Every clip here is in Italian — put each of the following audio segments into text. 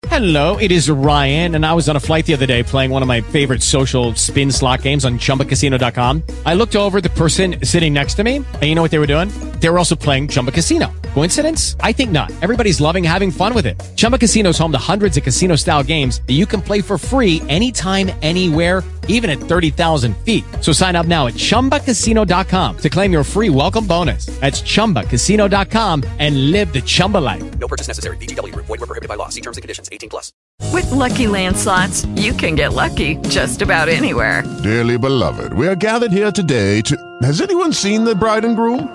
Hello, it is Ryan, and I was on a flight the other day playing one of my favorite social spin slot games on ChumbaCasino.com. I looked over at the person sitting next to me, and you know what they were doing? They were also playing Chumba Casino. Coincidence? I think not. Everybody's loving having fun with it. Chumba Casino is home to hundreds of casino-style games that you can play for free anytime, anywhere, even at 30,000 feet. So sign up now at ChumbaCasino.com to claim your free welcome bonus. That's ChumbaCasino.com and live the Chumba life. No purchase necessary. VGW. Void were prohibited by law. See terms and conditions. 18+. With Lucky Land Slots, you can get lucky just about anywhere. Dearly beloved, we are gathered here today to... Has anyone seen the bride and groom?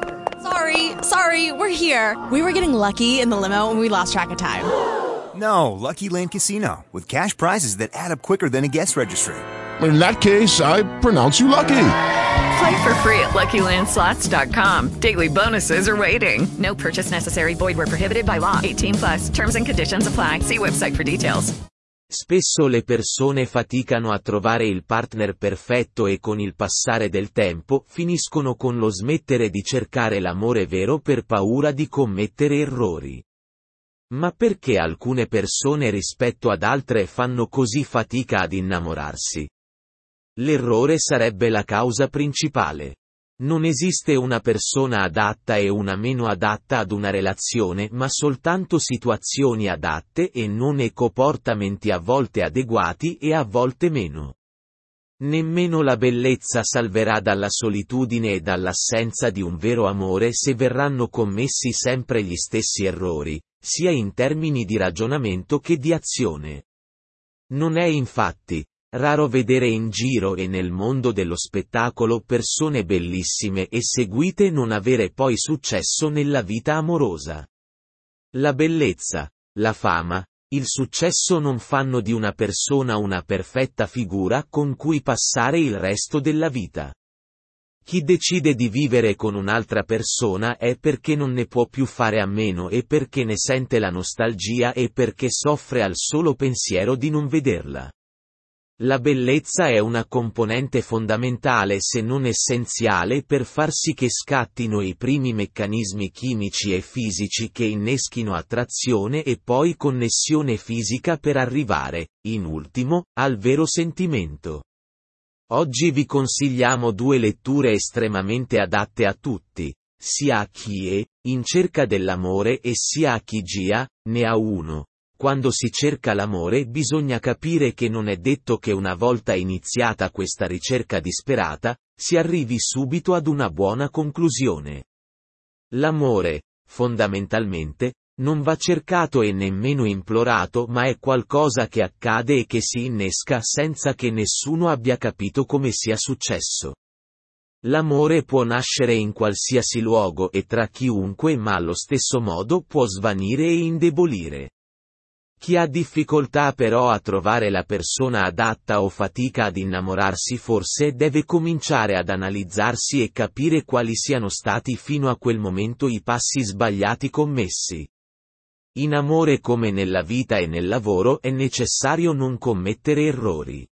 Sorry, we're here. We were getting lucky in the limo and we lost track of time. No, Lucky Land Casino, with cash prizes that add up quicker than a guest registry. In that case, I pronounce you lucky. Play for free at LuckyLandSlots.com. Daily bonuses are waiting. No purchase necessary. Void where prohibited by law. 18+. Terms and conditions apply. See website for details. Spesso le persone faticano a trovare il partner perfetto e con il passare del tempo finiscono con lo smettere di cercare l'amore vero per paura di commettere errori. Ma perché alcune persone rispetto ad altre fanno così fatica ad innamorarsi? L'errore sarebbe la causa principale. Non esiste una persona adatta e una meno adatta ad una relazione, ma soltanto situazioni adatte e non comportamenti a volte adeguati e a volte meno. Nemmeno la bellezza salverà dalla solitudine e dall'assenza di un vero amore se verranno commessi sempre gli stessi errori, sia in termini di ragionamento che di azione. Non è infatti raro vedere in giro e nel mondo dello spettacolo persone bellissime e seguite non avere poi successo nella vita amorosa. La bellezza, la fama, il successo non fanno di una persona una perfetta figura con cui passare il resto della vita. Chi decide di vivere con un'altra persona è perché non ne può più fare a meno e perché ne sente la nostalgia e perché soffre al solo pensiero di non vederla. La bellezza è una componente fondamentale se non essenziale per far sì che scattino i primi meccanismi chimici e fisici che inneschino attrazione e poi connessione fisica per arrivare, in ultimo, al vero sentimento. Oggi vi consigliamo due letture estremamente adatte a tutti, sia a chi è in cerca dell'amore e sia a chi già ne ha uno. Quando si cerca l'amore bisogna capire che non è detto che una volta iniziata questa ricerca disperata, si arrivi subito ad una buona conclusione. L'amore, fondamentalmente, non va cercato e nemmeno implorato, ma è qualcosa che accade e che si innesca senza che nessuno abbia capito come sia successo. L'amore può nascere in qualsiasi luogo e tra chiunque, ma allo stesso modo può svanire e indebolire. Chi ha difficoltà però a trovare la persona adatta o fatica ad innamorarsi forse deve cominciare ad analizzarsi e capire quali siano stati fino a quel momento i passi sbagliati commessi. In amore come nella vita e nel lavoro è necessario non commettere errori.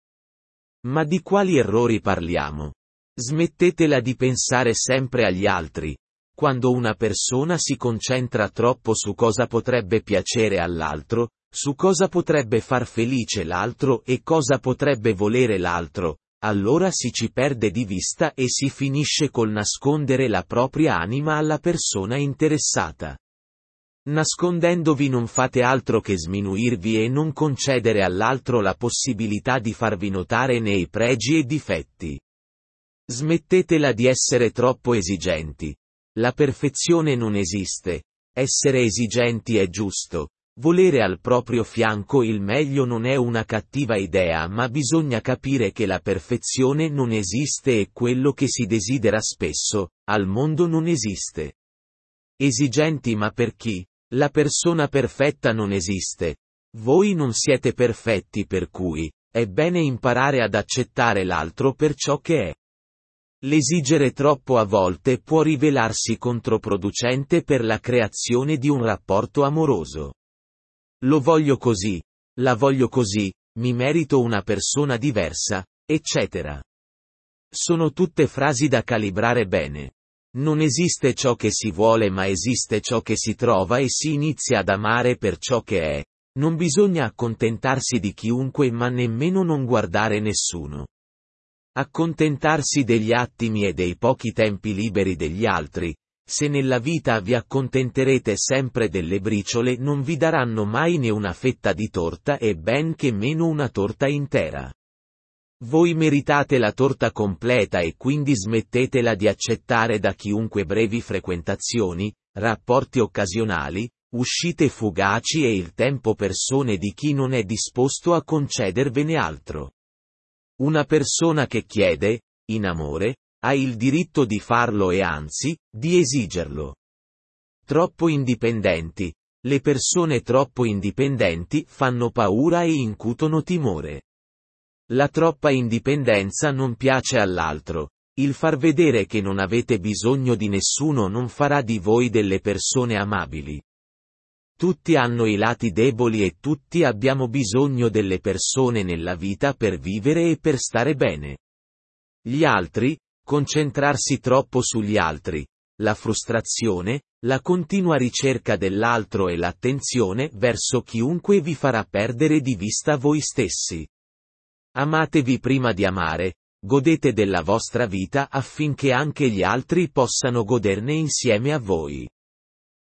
Ma di quali errori parliamo? Smettetela di pensare sempre agli altri. Quando una persona si concentra troppo su cosa potrebbe piacere all'altro, su cosa potrebbe far felice l'altro e cosa potrebbe volere l'altro, allora ci perde di vista e si finisce col nascondere la propria anima alla persona interessata. Nascondendovi non fate altro che sminuirvi e non concedere all'altro la possibilità di farvi notare nei pregi e difetti. Smettetela di essere troppo esigenti. La perfezione non esiste. Essere esigenti è giusto. Volere al proprio fianco il meglio non è una cattiva idea, ma bisogna capire che la perfezione non esiste e quello che si desidera spesso, al mondo non esiste. Esigenti ma per chi? La persona perfetta non esiste. Voi non siete perfetti per cui, è bene imparare ad accettare l'altro per ciò che è. L'esigere troppo a volte può rivelarsi controproducente per la creazione di un rapporto amoroso. Lo voglio così, la voglio così, mi merito una persona diversa, eccetera. Sono tutte frasi da calibrare bene. Non esiste ciò che si vuole ma esiste ciò che si trova e si inizia ad amare per ciò che è. Non bisogna accontentarsi di chiunque ma nemmeno non guardare nessuno. Accontentarsi degli attimi e dei pochi tempi liberi degli altri, se nella vita vi accontenterete sempre delle briciole non vi daranno mai né una fetta di torta e ben che meno una torta intera. Voi meritate la torta completa e quindi smettetela di accettare da chiunque brevi frequentazioni, rapporti occasionali, uscite fugaci e il tempo persone di chi non è disposto a concedervene altro. Una persona che chiede, in amore, ha il diritto di farlo e anzi, di esigerlo. Troppo indipendenti. Le persone troppo indipendenti fanno paura e incutono timore. La troppa indipendenza non piace all'altro. Il far vedere che non avete bisogno di nessuno non farà di voi delle persone amabili. Tutti hanno i lati deboli e tutti abbiamo bisogno delle persone nella vita per vivere e per stare bene. Gli altri, concentrarsi troppo sugli altri, la frustrazione, la continua ricerca dell'altro e l'attenzione verso chiunque vi farà perdere di vista voi stessi. Amatevi prima di amare, godete della vostra vita affinché anche gli altri possano goderne insieme a voi.